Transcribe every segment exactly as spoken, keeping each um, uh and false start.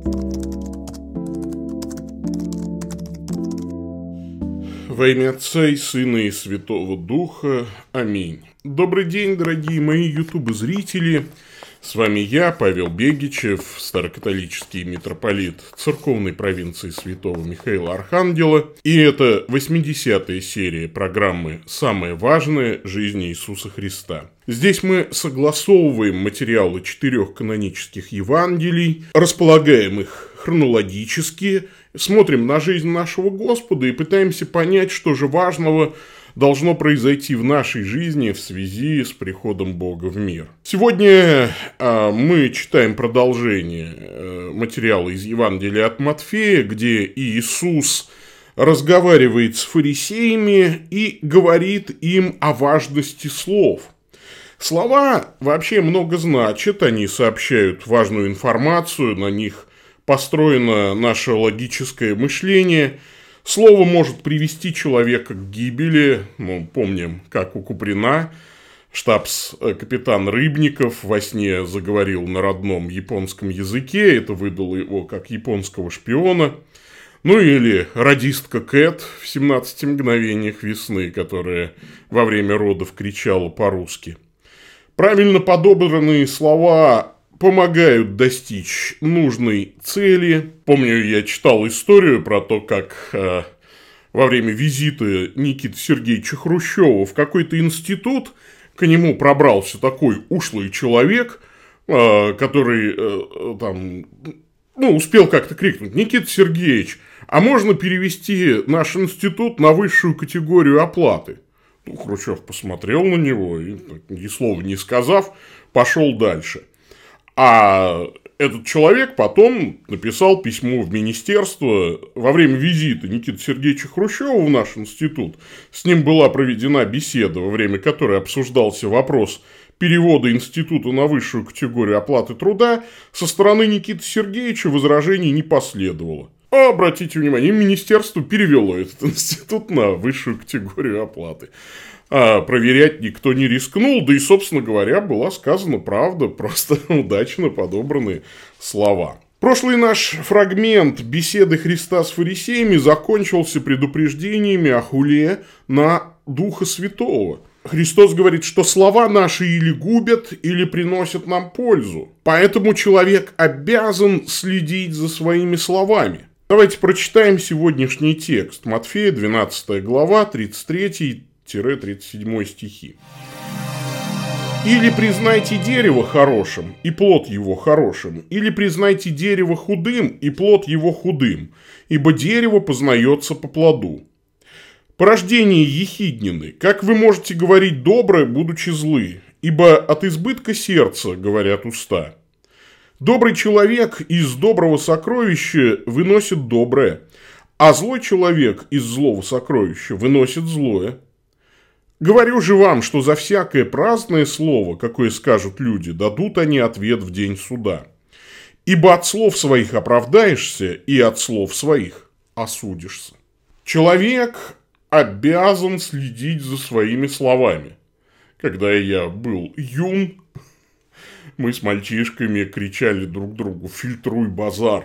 Во имя Отца и Сына и Святого Духа. Аминь. Добрый день, дорогие мои ютуб-зрители. С вами я, Павел Бегичев, старокатолический митрополит церковной провинции Святого Михаила Архангела. И это восьмидесятая серия программы «Самое важное. Жизнь Иисуса Христа». Здесь мы согласовываем материалы четырех канонических Евангелий, располагаем их хронологически, смотрим на жизнь нашего Господа и пытаемся понять, что же важного должно произойти в нашей жизни в связи с приходом Бога в мир. Сегодня а, мы читаем продолжение а, материала из Евангелия от Матфея, где Иисус разговаривает с фарисеями и говорит им о важности слов. Слова вообще много значат, они сообщают важную информацию, на них построено наше логическое мышление. Слово может привести человека к гибели. Ну, помним, как у Куприна штабс-капитан Рыбников во сне заговорил на родном японском языке. Это выдало его как японского шпиона. Ну или радистка Кэт в «семнадцати мгновениях весны», которая во время родов кричала по-русски. Правильно подобранные слова помогают достичь нужной цели. Помню, я читал историю про то, как э, во время визита Никиты Сергеевича Хрущева в какой-то институт к нему пробрался такой ушлый человек, э, который э, там, ну, успел как-то крикнуть: «Никита Сергеевич, а можно перевести наш институт на высшую категорию оплаты?» Ну, Хрущев посмотрел на него и, ни слова не сказав, пошел дальше. А этот человек потом написал письмо в министерство во время визита Никиты Сергеевича Хрущева в наш институт. С ним была проведена беседа, во время которой обсуждался вопрос перевода института на высшую категорию оплаты труда. Со стороны Никиты Сергеевича возражений не последовало. А, обратите внимание, министерство перевело этот институт на высшую категорию оплаты. А проверять никто не рискнул, да и, собственно говоря, была сказана правда, просто удачно подобранные слова. Прошлый наш фрагмент беседы Христа с фарисеями закончился предупреждениями о хуле на Духа Святого. Христос говорит, что слова наши или губят, или приносят нам пользу. Поэтому человек обязан следить за своими словами. Давайте прочитаем сегодняшний текст. Матфея, двенадцатая глава, тридцать третий тридцать седьмой стихи. «Или признайте дерево хорошим, и плод его хорошим, или признайте дерево худым, и плод его худым, ибо дерево познается по плоду. Порождение ехиднины, как вы можете говорить доброе, будучи злы, ибо от избытка сердца говорят уста. Добрый человек из доброго сокровища выносит доброе, а злой человек из злого сокровища выносит злое. Говорю же вам, что за всякое праздное слово, какое скажут люди, дадут они ответ в день суда. Ибо от слов своих оправдаешься, и от слов своих осудишься». Человек обязан следить за своими словами. Когда я был юн, мы с мальчишками кричали друг другу: «Фильтруй базар».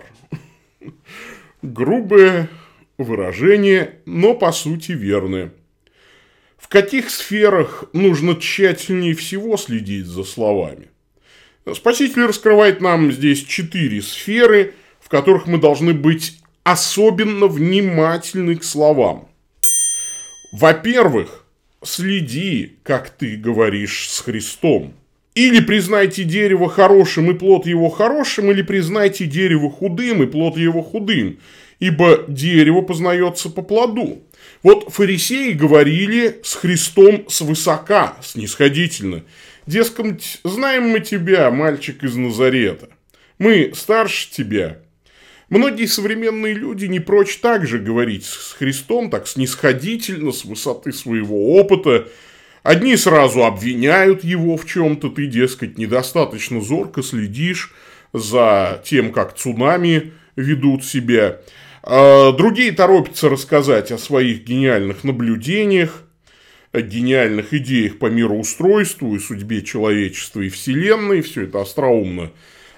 Грубое выражение, но по сути верное. В каких сферах нужно тщательнее всего следить за словами? Спаситель раскрывает нам здесь четыре сферы, в которых мы должны быть особенно внимательны к словам. Во-первых, следи, как ты говоришь с Христом. Или признайте дерево хорошим, и плод его хорошим, или признайте дерево худым, и плод его худым, ибо дерево познается по плоду. Вот фарисеи говорили с Христом свысока, снисходительно. Дескать, знаем мы тебя, мальчик из Назарета. Мы старше тебя. Многие современные люди не прочь так же говорить с Христом, так снисходительно, с высоты своего опыта. Одни сразу обвиняют его в чем-то, ты, дескать, недостаточно зорко следишь за тем, как цунами ведут себя. Другие торопятся рассказать о своих гениальных наблюдениях, о гениальных идеях по мироустройству и судьбе человечества и Вселенной. Все это остроумно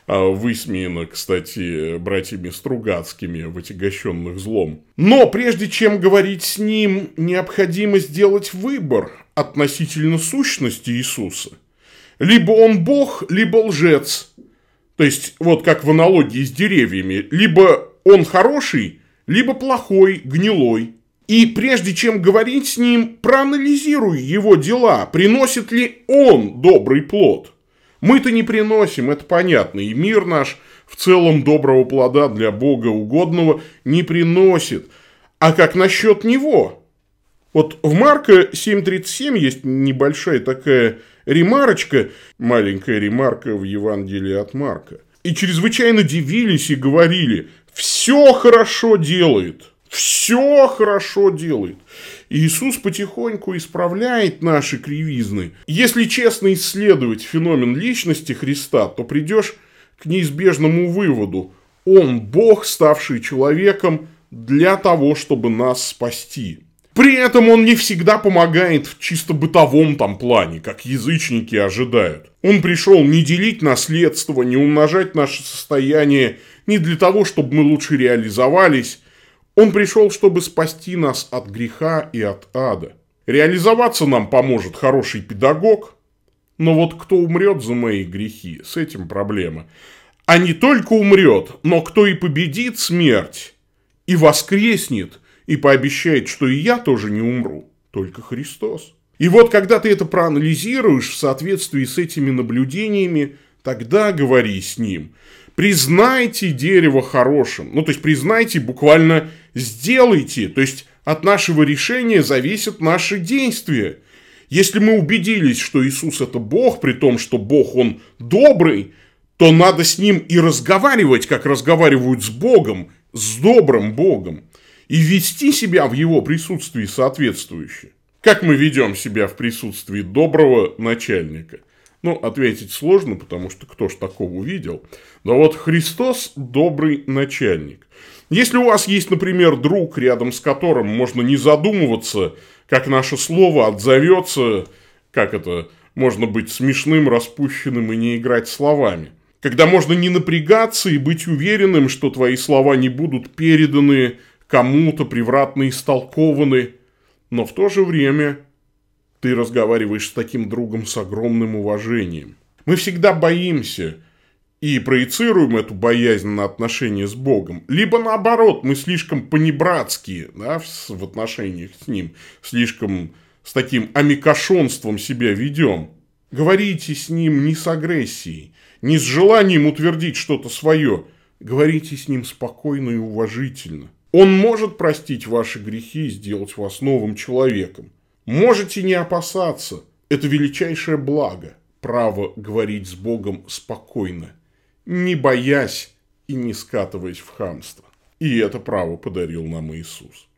высмеяно, кстати, братьями Стругацкими в «Отягощенных злом». Но прежде чем говорить с ним, необходимо сделать выбор относительно сущности Иисуса. Либо он Бог, либо лжец. То есть, вот как в аналогии с деревьями. Либо он хороший, либо плохой, гнилой. И прежде чем говорить с ним, проанализируй его дела. Приносит ли он добрый плод? Мы-то не приносим, это понятно. И мир наш в целом доброго плода для Бога угодного не приносит. А как насчет него? Вот в Марка семь тридцать семь есть небольшая такая ремарочка, маленькая ремарка в Евангелии от Марка. И чрезвычайно дивились и говорили: все хорошо делает, все хорошо делает. И Иисус потихоньку исправляет наши кривизны. Если честно исследовать феномен личности Христа, то придешь к неизбежному выводу: Он Бог, ставший человеком для того, чтобы нас спасти. При этом он не всегда помогает в чисто бытовом там плане, как язычники ожидают. Он пришел не делить наследство, не умножать наше состояние, не для того, чтобы мы лучше реализовались. Он пришел, чтобы спасти нас от греха и от ада. Реализоваться нам поможет хороший педагог, но вот кто умрет за мои грехи, с этим проблема. А не только умрет, но кто и победит смерть, и воскреснет, и пообещает, что и я тоже не умру, только Христос. И вот когда ты это проанализируешь в соответствии с этими наблюдениями, тогда говори с ним. Признайте дерево хорошим. Ну, то есть, признайте, буквально сделайте. То есть, от нашего решения зависят наши действия. Если мы убедились, что Иисус это Бог, при том, что Бог, Он добрый, то надо с Ним и разговаривать, как разговаривают с Богом, с добрым Богом. И вести себя в Его присутствии соответствующе. Как мы ведем себя в присутствии доброго начальника? Ну, ответить сложно, потому что кто ж такого увидел. Но вот Христос добрый начальник. Если у вас есть, например, друг, рядом с которым можно не задумываться, как наше слово отзовется, как это, можно быть смешным, распущенным и не играть словами. Когда можно не напрягаться и быть уверенным, что твои слова не будут переданы кому-то, превратно истолкованы, но в то же время ты разговариваешь с таким другом с огромным уважением. Мы всегда боимся и проецируем эту боязнь на отношения с Богом. Либо наоборот, мы слишком понебратские, да, в отношениях с Ним, слишком с таким амикошонством себя ведем. Говорите с Ним не с агрессией, не с желанием утвердить что-то свое. Говорите с Ним спокойно и уважительно. Он может простить ваши грехи и сделать вас новым человеком. Можете не опасаться. Это величайшее благо. Право говорить с Богом спокойно, не боясь и не скатываясь в хамство. И это право подарил нам Иисус.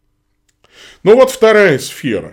Но вот вторая сфера.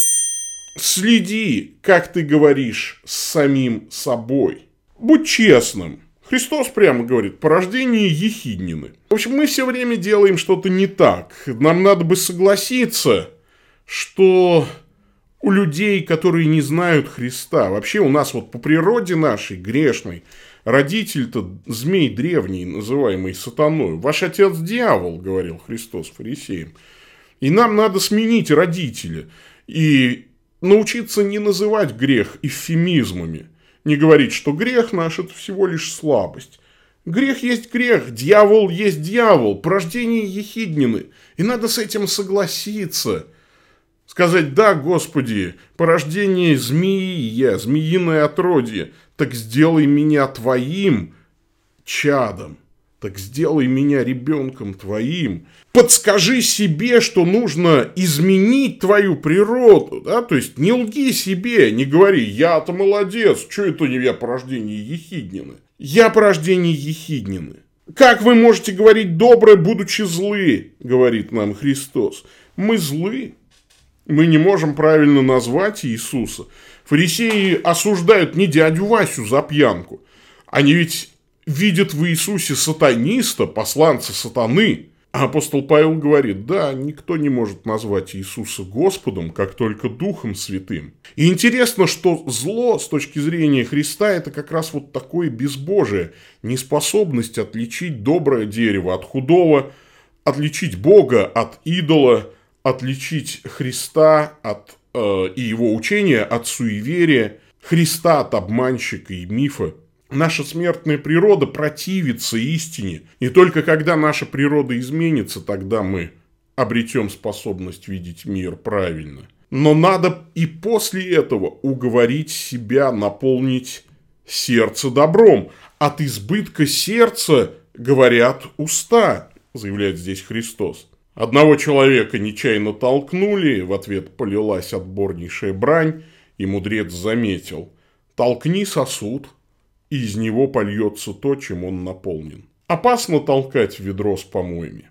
Следи, как ты говоришь с самим собой. Будь честным. Христос прямо говорит: порождение ехиднины. В общем, мы все время делаем что-то не так. Нам надо бы согласиться, что у людей, которые не знают Христа, вообще у нас вот по природе нашей грешной, родитель-то змей древний, называемый сатаной. Ваш отец дьявол, говорил Христос фарисеям. И нам надо сменить родителя и научиться не называть грех эвфемизмами. Не говорить, что грех наш – это всего лишь слабость. Грех есть грех, дьявол есть дьявол, порождение ехиднины. И надо с этим согласиться. Сказать: да, Господи, порождение змеи я, змеиное отродье, так сделай меня Твоим чадом. Так сделай меня ребенком Твоим. Подскажи себе, что нужно изменить твою природу. Да? То есть не лги себе, не говори: я-то молодец, что это не я порождение ехиднины. Я порождение ехиднины. Как вы можете говорить доброе, будучи злы, говорит нам Христос. Мы злы. Мы не можем правильно назвать Иисуса. Фарисеи осуждают не дядю Васю за пьянку. Они ведь видят в Иисусе сатаниста, посланца сатаны. А апостол Павел говорит, да, никто не может назвать Иисуса Господом, как только Духом Святым. И интересно, что зло с точки зрения Христа это как раз вот такое безбожие, неспособность отличить доброе дерево от худого, отличить Бога от идола, отличить Христа от, э, и его учения от суеверия, Христа от обманщика и мифа. Наша смертная природа противится истине. И только когда наша природа изменится, тогда мы обретем способность видеть мир правильно. Но надо и после этого уговорить себя наполнить сердце добром. От избытка сердца говорят уста, заявляет здесь Христос. Одного человека нечаянно толкнули, в ответ полилась отборнейшая брань, и мудрец заметил: толкни сосуд, и из него польется то, чем он наполнен. Опасно толкать ведро с помоями.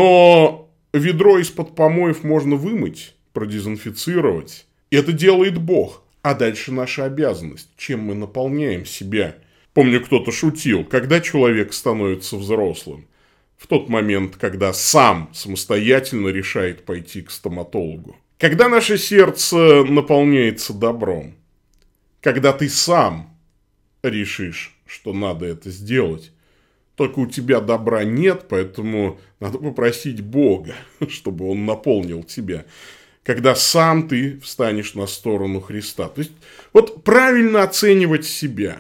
Но ведро из-под помоев можно вымыть, продезинфицировать. Это делает Бог. А дальше наша обязанность, чем мы наполняем себя. Помню, кто-то шутил, когда человек становится взрослым. В тот момент, когда сам самостоятельно решает пойти к стоматологу. Когда наше сердце наполняется добром. Когда ты сам решишь, что надо это сделать. Только у тебя добра нет, поэтому надо попросить Бога, чтобы Он наполнил тебя. Когда сам ты встанешь на сторону Христа. То есть, вот правильно оценивать себя.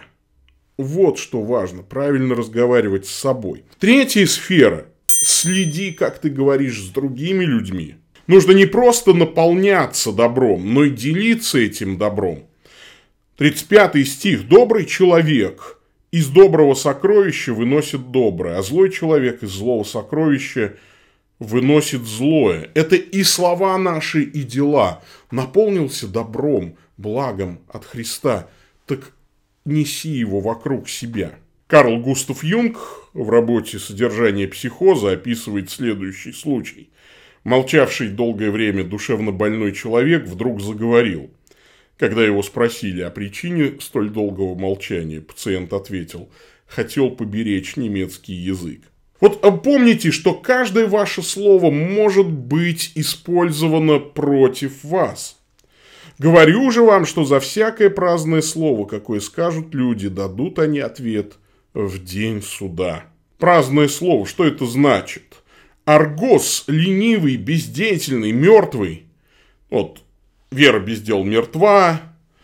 Вот что важно. Правильно разговаривать с собой. Третья сфера. Следи, как ты говоришь с другими людьми. Нужно не просто наполняться добром, но и делиться этим добром. тридцать пятый стих. Добрый человек из доброго сокровища выносит доброе, а злой человек из злого сокровища выносит злое. Это и слова наши, и дела. Наполнился добром, благом от Христа, так неси его вокруг себя. Карл Густав Юнг в работе «Содержание психоза» описывает следующий случай. Молчавший долгое время душевно больной человек вдруг заговорил. Когда его спросили о причине столь долгого молчания, пациент ответил: хотел поберечь немецкий язык. Вот помните, что каждое ваше слово может быть использовано против вас. Говорю же вам, что за всякое праздное слово, какое скажут люди, дадут они ответ в день суда. Праздное слово, что это значит? Аргос, ленивый, бездеятельный, мертвый. Вот, вера без дел мертва,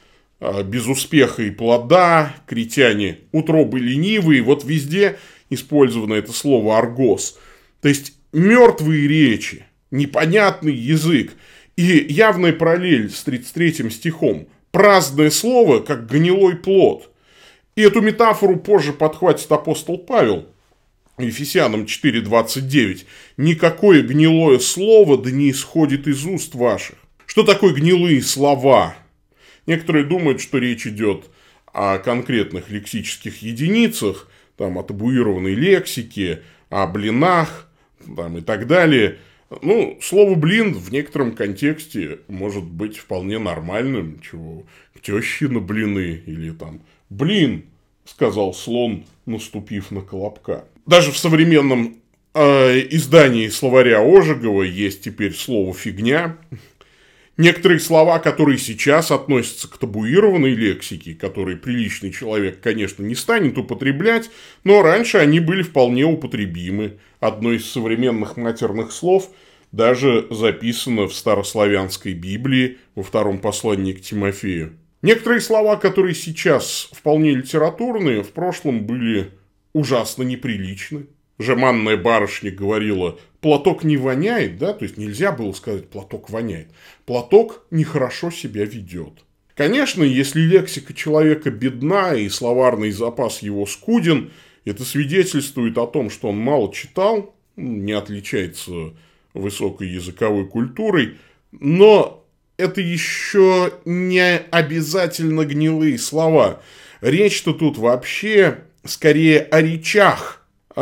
без успеха и плода, критяне утробы ленивые. Вот везде использовано это слово аргос. То есть, мертвые речи, непонятный язык. И явная параллель с тридцать третьим стихом. Праздное слово, как гнилой плод. И эту метафору позже подхватит апостол Павел. Ефесянам четыре двадцать девять. Никакое гнилое слово да не исходит из уст ваших. Что такое гнилые слова? Некоторые думают, что речь идет о конкретных лексических единицах, там, о табуированной лексике, о блинах там, и так далее. Ну, слово «блин» в некотором контексте может быть вполне нормальным. Чего? Тещи на блины или там «блин», сказал слон, наступив на колобка. Даже в современном э, издании словаря Ожегова есть теперь слово «фигня». Некоторые слова, которые сейчас относятся к табуированной лексике, которые приличный человек, конечно, не станет употреблять, но раньше они были вполне употребимы. Одно из современных матерных слов даже записано в старославянской Библии во втором послании к Тимофею. Некоторые слова, которые сейчас вполне литературные, в прошлом были ужасно неприличны. Жеманная барышня говорила: платок не воняет, да, то есть нельзя было сказать платок воняет. Платок нехорошо себя ведет. Конечно, если лексика человека бедна и словарный запас его скуден, это свидетельствует о том, что он мало читал, не отличается высокой языковой культурой, но это еще не обязательно гнилые слова. Речь-то тут вообще скорее о речах.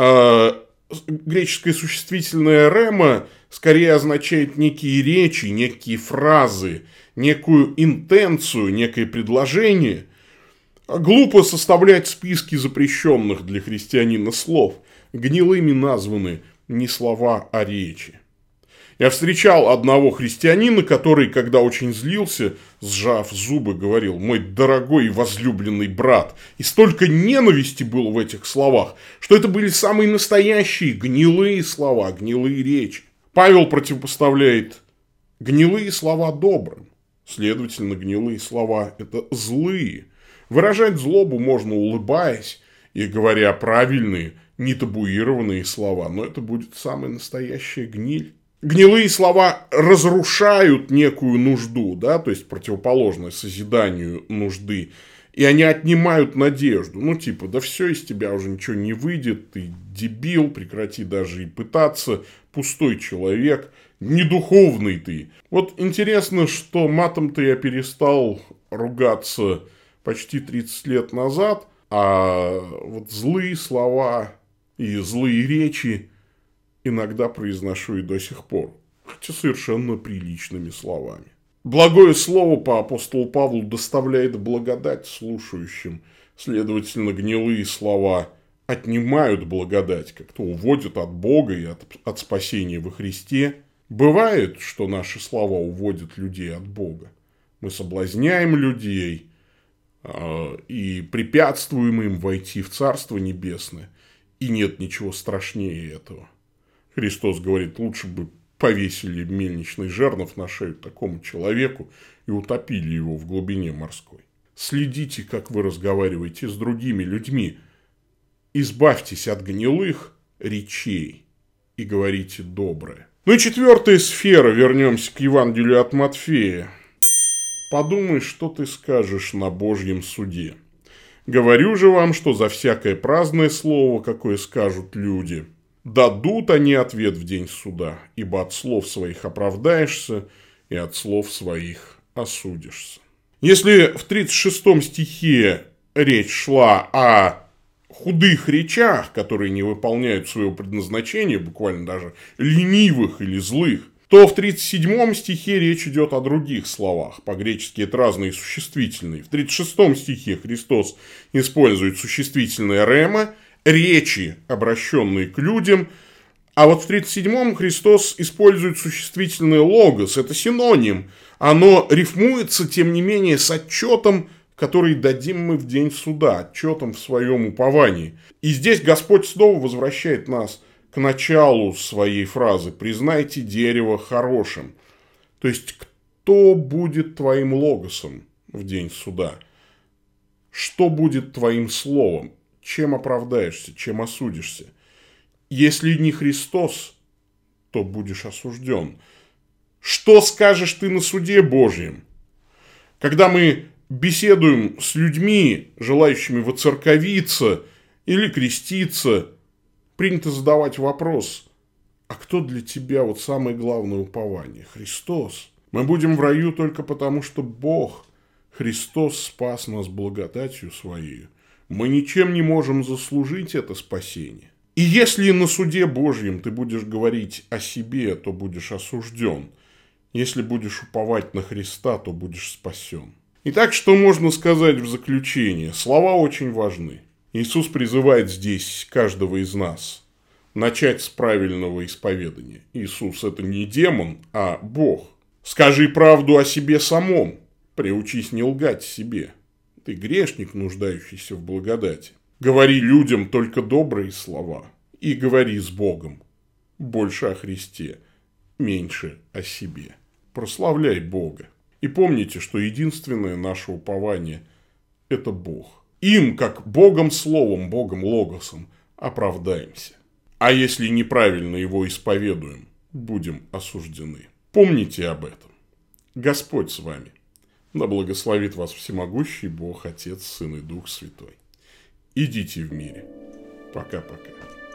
Греческое существительное «рема» скорее означает некие речи, некие фразы, некую интенцию, некое предложение. Глупо составлять списки запрещенных для христианина слов. Гнилыми названы не слова, а речи. Я встречал одного христианина, который, когда очень злился, сжав зубы, говорил: «Мой дорогой и возлюбленный брат». И столько ненависти было в этих словах, что это были самые настоящие гнилые слова, гнилые речи. Павел противопоставляет гнилые слова добрым. Следовательно, гнилые слова – это злые. Выражать злобу можно, улыбаясь и говоря правильные, нетабуированные слова, но это будет самая настоящая гниль. Гнилые слова разрушают некую нужду, да, то есть противоположное созиданию нужды, и они отнимают надежду. Ну, типа, да все, из тебя уже ничего не выйдет, ты дебил, прекрати даже и пытаться, пустой человек, недуховный ты. Вот интересно, что матом-то я перестал ругаться почти тридцать лет назад, а вот злые слова и злые речи иногда произношу и до сих пор, хотя совершенно приличными словами. Благое слово по апостолу Павлу доставляет благодать слушающим, следовательно, гнилые слова отнимают благодать, как-то уводят от Бога и от, от спасения во Христе. Бывает, что наши слова уводят людей от Бога. Мы соблазняем людей э, и препятствуем им войти в Царство Небесное, и нет ничего страшнее этого. Христос говорит, лучше бы повесили мельничный жернов на шею такому человеку и утопили его в глубине морской. Следите, как вы разговариваете с другими людьми. Избавьтесь от гнилых речей и говорите доброе. Ну и четвертая сфера, вернемся к Евангелию от Матфея. Подумай, что ты скажешь на Божьем суде. Говорю же вам, что за всякое праздное слово, какое скажут люди, дадут они ответ в день суда, ибо от слов своих оправдаешься, и от слов своих осудишься. Если в тридцать шестом стихе речь шла о худых речах, которые не выполняют своего предназначения, буквально даже ленивых или злых, то в тридцать седьмом стихе речь идет о других словах. По-гречески это разные существительные. В тридцать шестом стихе Христос использует существительное «рема», речи, обращенные к людям, а вот в тридцать седьмом Христос использует существительное «логос», это синоним, оно рифмуется, тем не менее, с отчетом, который дадим мы в день суда, отчетом в своем уповании. И здесь Господь снова возвращает нас к началу своей фразы «признайте дерево хорошим». То есть, кто будет твоим логосом в день суда? Что будет твоим словом? Чем оправдаешься, чем осудишься? Если не Христос, то будешь осужден. Что скажешь ты на суде Божьем? Когда мы беседуем с людьми, желающими воцерковиться или креститься, принято задавать вопрос: а кто для тебя вот самое главное упование? Христос. Мы будем в раю только потому, что Бог, Христос, спас нас благодатью Своей. Мы ничем не можем заслужить это спасение. И если на суде Божьем ты будешь говорить о себе, то будешь осужден. Если будешь уповать на Христа, то будешь спасен. Итак, что можно сказать в заключение? Слова очень важны. Иисус призывает здесь каждого из нас начать с правильного исповедания. Иисус – это не демон, а Бог. Скажи правду о себе самом, приучись не лгать себе. Ты грешник, нуждающийся в благодати. Говори людям только добрые слова и говори с Богом. Больше о Христе, меньше о себе. Прославляй Бога. И помните, что единственное наше упование – это Бог. Им, как Богом Словом, Богом Логосом, оправдаемся. А если неправильно его исповедуем, будем осуждены. Помните об этом. Господь с вами. Да благословит вас всемогущий Бог, Отец, Сын и Дух Святой. Идите в мире. Пока-пока.